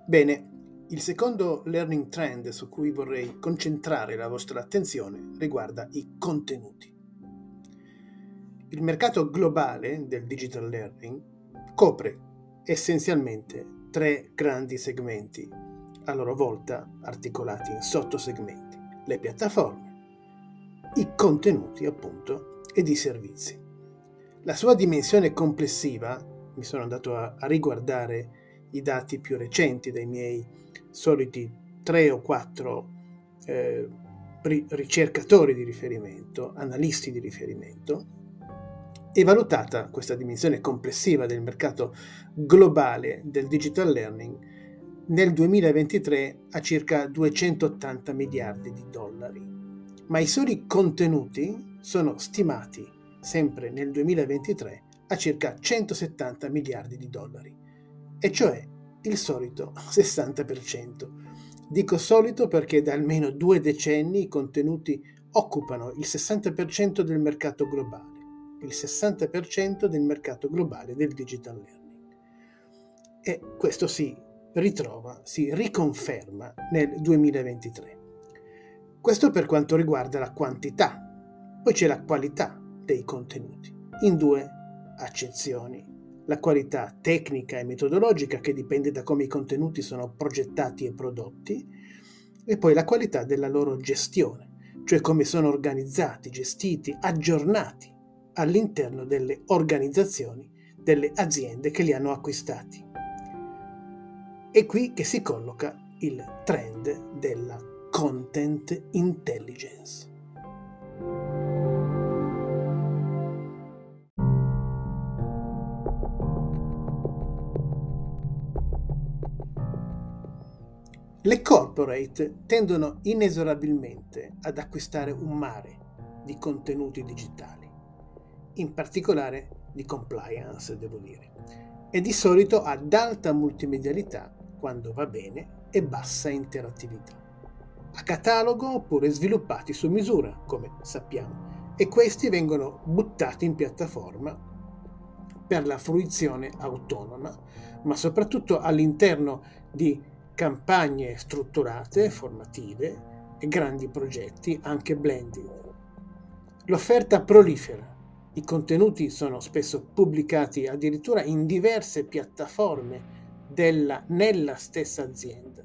Bene, il secondo learning trend su cui vorrei concentrare la vostra attenzione riguarda i contenuti. Il mercato globale del digital learning copre essenzialmente 3 grandi segmenti, a loro volta articolati in sottosegmenti: le piattaforme, i contenuti appunto ed i servizi. La sua dimensione complessiva, mi sono andato a riguardare i dati più recenti dai miei soliti 3 o 4 ricercatori di riferimento, analisti di riferimento, e valutata questa dimensione complessiva del mercato globale del digital learning nel 2023 a circa 280 miliardi di dollari. Ma i soli contenuti sono stimati sempre nel 2023 a circa 170 miliardi di dollari, e cioè il solito 60%. Dico solito perché da almeno 2 decenni i contenuti occupano il 60% del mercato globale, il 60% del mercato globale del digital learning. E questo si riconferma nel 2023. Questo per quanto riguarda la quantità. Poi c'è la qualità dei contenuti, in 2 accezioni: la qualità tecnica e metodologica, che dipende da come i contenuti sono progettati e prodotti, e poi la qualità della loro gestione, cioè come sono organizzati, gestiti, aggiornati all'interno delle organizzazioni, delle aziende che li hanno acquistati. È qui che si colloca il trend della content intelligence. Le corporate tendono inesorabilmente ad acquistare un mare di contenuti digitali, in particolare di compliance, devo dire, e di solito ad alta multimedialità quando va bene e bassa interattività, a catalogo oppure sviluppati su misura, come sappiamo, e questi vengono buttati in piattaforma per la fruizione autonoma, ma soprattutto all'interno di campagne strutturate, formative e grandi progetti, anche blended. L'offerta prolifera. I contenuti sono spesso pubblicati addirittura in diverse piattaforme nella stessa azienda.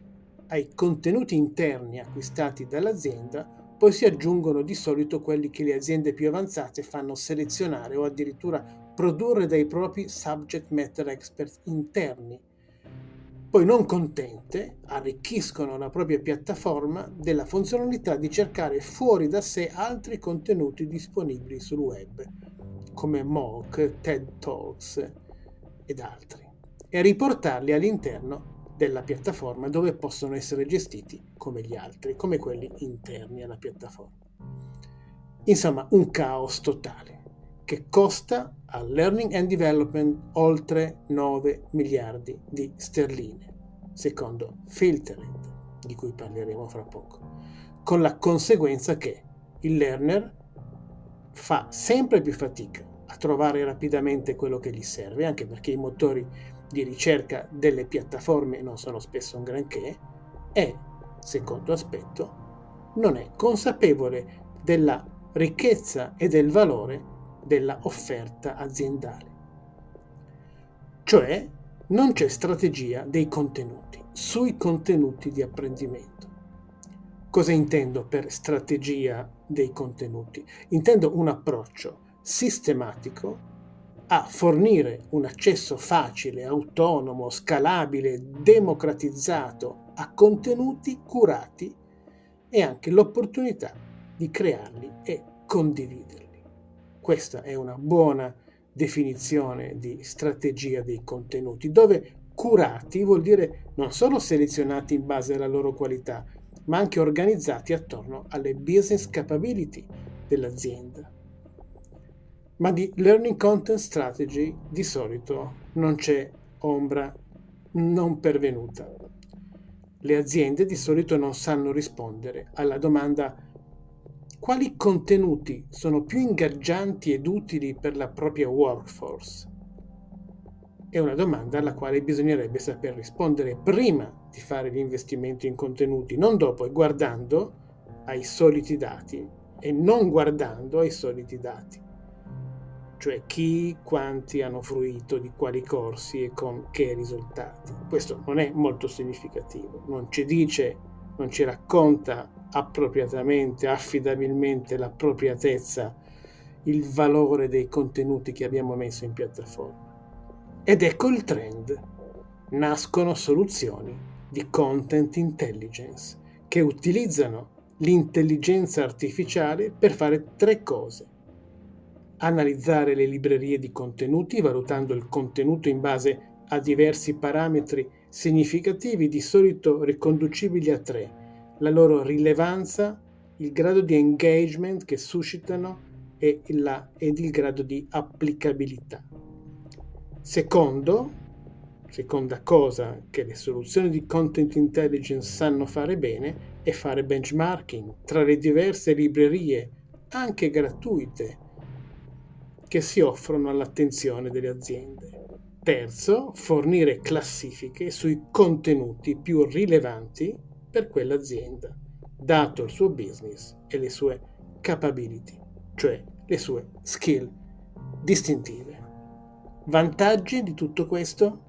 Ai contenuti interni acquistati dall'azienda poi si aggiungono di solito quelli che le aziende più avanzate fanno selezionare o addirittura produrre dai propri subject matter expert interni. Poi, non contente, arricchiscono la propria piattaforma della funzionalità di cercare fuori da sé altri contenuti disponibili sul web, come MOOC, TED Talks ed altri, e riportarli all'interno della piattaforma dove possono essere gestiti come gli altri, come quelli interni alla piattaforma. Insomma, un caos totale che costa al Learning and Development oltre 9 miliardi di sterline, secondo Filtered, di cui parleremo fra poco, con la conseguenza che il learner fa sempre più fatica a trovare rapidamente quello che gli serve, anche perché i motori di ricerca delle piattaforme non sono spesso un granché, e, secondo aspetto, non è consapevole della ricchezza e del valore della offerta aziendale. Cioè, non c'è strategia dei contenuti, sui contenuti di apprendimento. Cosa intendo per strategia dei contenuti? Intendo un approccio sistematico a fornire un accesso facile, autonomo, scalabile, democratizzato a contenuti curati e anche l'opportunità di crearli e condividerli. Questa è una buona definizione di strategia dei contenuti, dove curati vuol dire non solo selezionati in base alla loro qualità, ma anche organizzati attorno alle business capability dell'azienda. Ma di learning content strategy di solito non c'è ombra non pervenuta. Le aziende di solito non sanno rispondere alla domanda: quali contenuti sono più ingaggianti ed utili per la propria workforce? È una domanda alla quale bisognerebbe saper rispondere prima di fare l'investimento in contenuti, non dopo, e guardando ai soliti dati e non guardando ai soliti dati. Cioè chi, quanti hanno fruito di quali corsi e con che risultati. Questo non è molto significativo, non ci racconta appropriatamente, affidabilmente l'appropriatezza, il valore dei contenuti che abbiamo messo in piattaforma. Ed ecco il trend. Nascono soluzioni di content intelligence che utilizzano l'intelligenza artificiale per fare 3 cose. Analizzare le librerie di contenuti valutando il contenuto in base a diversi parametri significativi, di solito riconducibili a 3: la loro rilevanza, il grado di engagement che suscitano ed il grado di applicabilità. Seconda cosa che le soluzioni di content intelligence sanno fare bene è fare benchmarking tra le diverse librerie, anche gratuite, che si offrono all'attenzione delle aziende. Terzo, fornire classifiche sui contenuti più rilevanti per quell'azienda, dato il suo business e le sue capability, cioè le sue skill distintive. Vantaggi di tutto questo?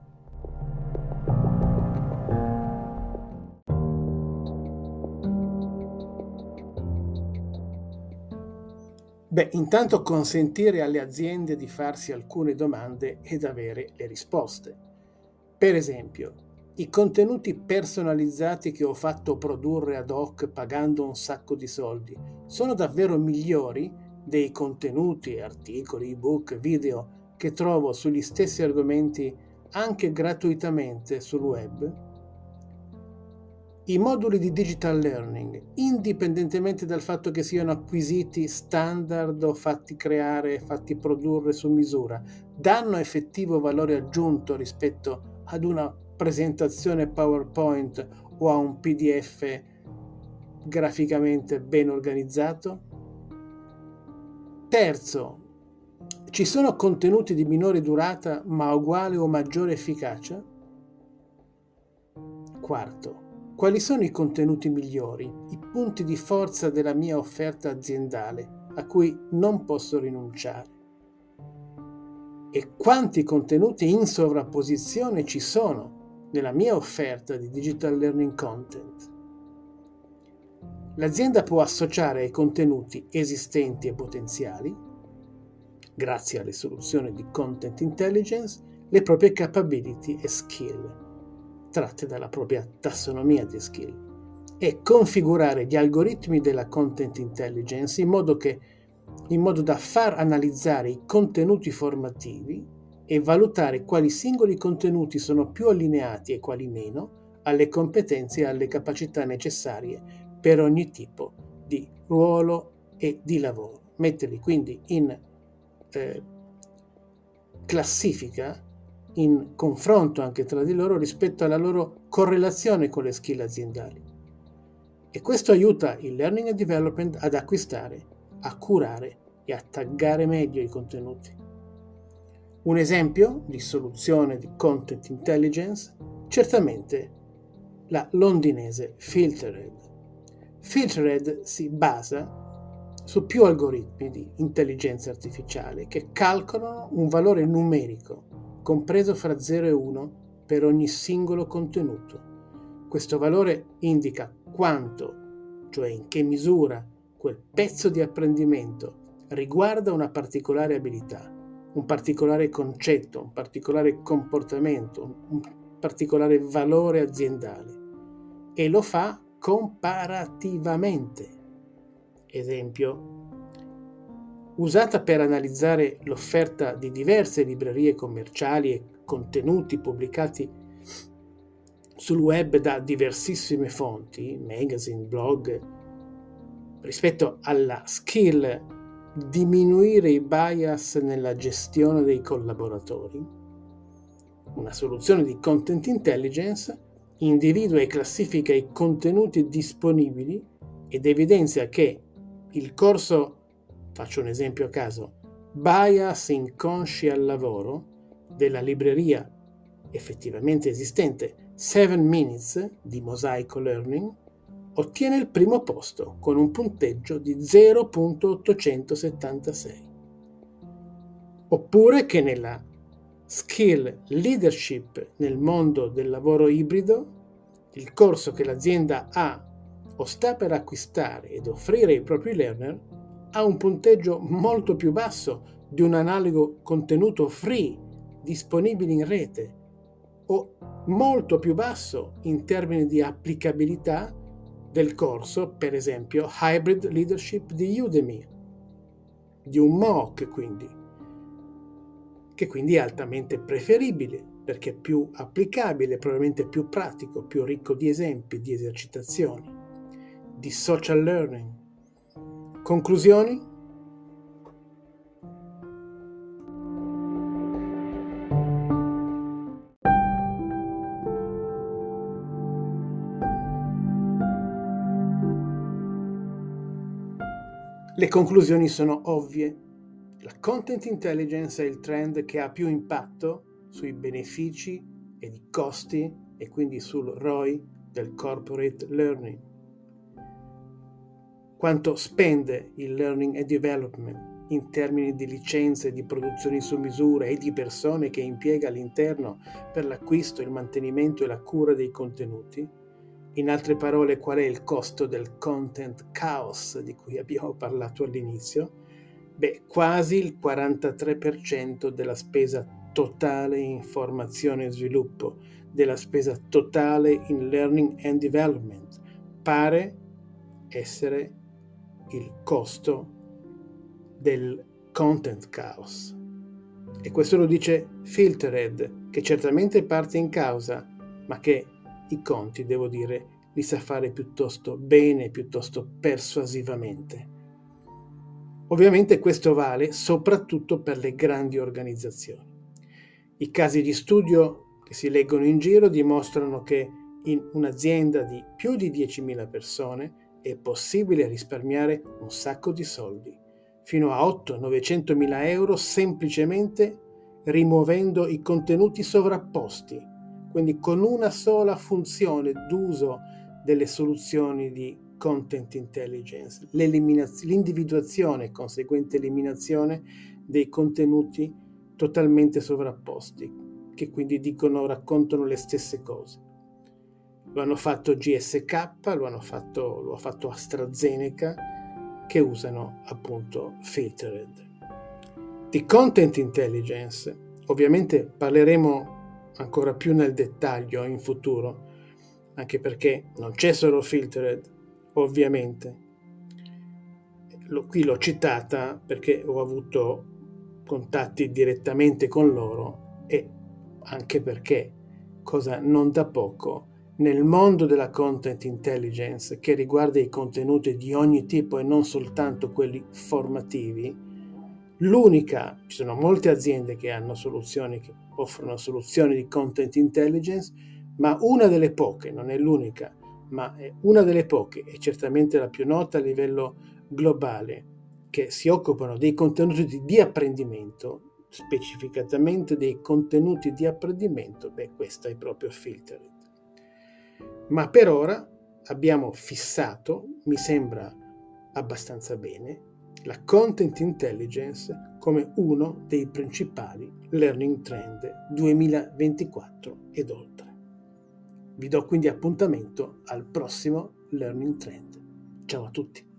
Intanto consentire alle aziende di farsi alcune domande ed avere le risposte. Per esempio, i contenuti personalizzati che ho fatto produrre ad hoc pagando un sacco di soldi sono davvero migliori dei contenuti, articoli, ebook, video che trovo sugli stessi argomenti anche gratuitamente sul web? I moduli di digital learning, indipendentemente dal fatto che siano acquisiti standard o fatti creare, fatti produrre su misura, danno effettivo valore aggiunto rispetto ad una presentazione PowerPoint o a un PDF graficamente ben organizzato? Terzo, ci sono contenuti di minore durata ma uguale o maggiore efficacia? Quarto, quali sono i contenuti migliori, i punti di forza della mia offerta aziendale a cui non posso rinunciare? E quanti contenuti in sovrapposizione ci sono nella mia offerta di digital learning content? L'azienda può associare ai contenuti esistenti e potenziali, grazie alle soluzioni di content intelligence, le proprie capability e skill, tratte dalla propria tassonomia di skill, e configurare gli algoritmi della content intelligence in modo da far analizzare i contenuti formativi e valutare quali singoli contenuti sono più allineati e quali meno alle competenze e alle capacità necessarie per ogni tipo di ruolo e di lavoro. Metterli quindi in classifica, in confronto anche tra di loro rispetto alla loro correlazione con le skill aziendali. E questo aiuta il learning and development ad acquistare, a curare e a taggare meglio i contenuti. Un esempio di soluzione di content intelligence, certamente la londinese Filtered. Filtered si basa su più algoritmi di intelligenza artificiale che calcolano un valore numerico compreso fra 0 e 1 per ogni singolo contenuto. Questo valore indica quanto, cioè in che misura, quel pezzo di apprendimento riguarda una particolare abilità, un particolare concetto, un particolare comportamento, un particolare valore aziendale, e lo fa comparativamente. Esempio, usata per analizzare l'offerta di diverse librerie commerciali e contenuti pubblicati sul web da diversissime fonti, magazine, blog, rispetto alla skill diminuire i bias nella gestione dei collaboratori. Una soluzione di content intelligence individua e classifica i contenuti disponibili ed evidenzia che il corso, faccio un esempio a caso, bias inconsci al lavoro, della libreria effettivamente esistente 7 Minutes di Mosaico Learning ottiene il primo posto con un punteggio di 0.876. Oppure che nella Skill Leadership nel mondo del lavoro ibrido, il corso che l'azienda ha o sta per acquistare ed offrire ai propri learner ha un punteggio molto più basso di un analogo contenuto free disponibile in rete o molto più basso in termini di applicabilità del corso, per esempio Hybrid Leadership di Udemy, di un MOOC quindi, che quindi è altamente preferibile perché è più applicabile, probabilmente più pratico, più ricco di esempi, di esercitazioni, di social learning. Conclusioni? Le conclusioni sono ovvie. La content intelligence è il trend che ha più impatto sui benefici e i costi e quindi sul ROI del corporate learning. Quanto spende il learning and development in termini di licenze, di produzioni su misura e di persone che impiega all'interno per l'acquisto, il mantenimento e la cura dei contenuti? In altre parole, qual è il costo del content chaos di cui abbiamo parlato all'inizio? Quasi il 43% della spesa totale in formazione e sviluppo, della spesa totale in learning and development, pare essere il costo del content chaos. E questo lo dice Filtered, che certamente è parte in causa, ma che i conti, devo dire, li sa fare piuttosto bene, piuttosto persuasivamente. Ovviamente questo vale soprattutto per le grandi organizzazioni. I casi di studio che si leggono in giro dimostrano che in un'azienda di più di 10.000 persone è possibile risparmiare un sacco di soldi, fino a 800-900.000 euro semplicemente rimuovendo i contenuti sovrapposti, quindi con una sola funzione d'uso delle soluzioni di content intelligence, l'individuazione e conseguente eliminazione dei contenuti totalmente sovrapposti, che quindi raccontano le stesse cose. Lo hanno fatto GSK, lo ha fatto AstraZeneca, che usano appunto Filtered. Di content intelligence, ovviamente parleremo ancora più nel dettaglio in futuro, anche perché non c'è solo Filtered, ovviamente. Qui l'ho citata perché ho avuto contatti direttamente con loro e anche perché, cosa non da poco, nel mondo della content intelligence che riguarda i contenuti di ogni tipo e non soltanto quelli formativi, ci sono molte aziende che hanno soluzioni, che offrono soluzioni di content intelligence, ma una delle poche, non è l'unica, ma è una delle poche e certamente la più nota a livello globale, che si occupano dei contenuti di apprendimento, specificatamente dei contenuti di apprendimento, questa è proprio Filtered. Ma per ora abbiamo fissato, mi sembra abbastanza bene, la content intelligence come uno dei principali learning trend 2024 ed oltre. Vi do quindi appuntamento al prossimo learning trend. Ciao a tutti!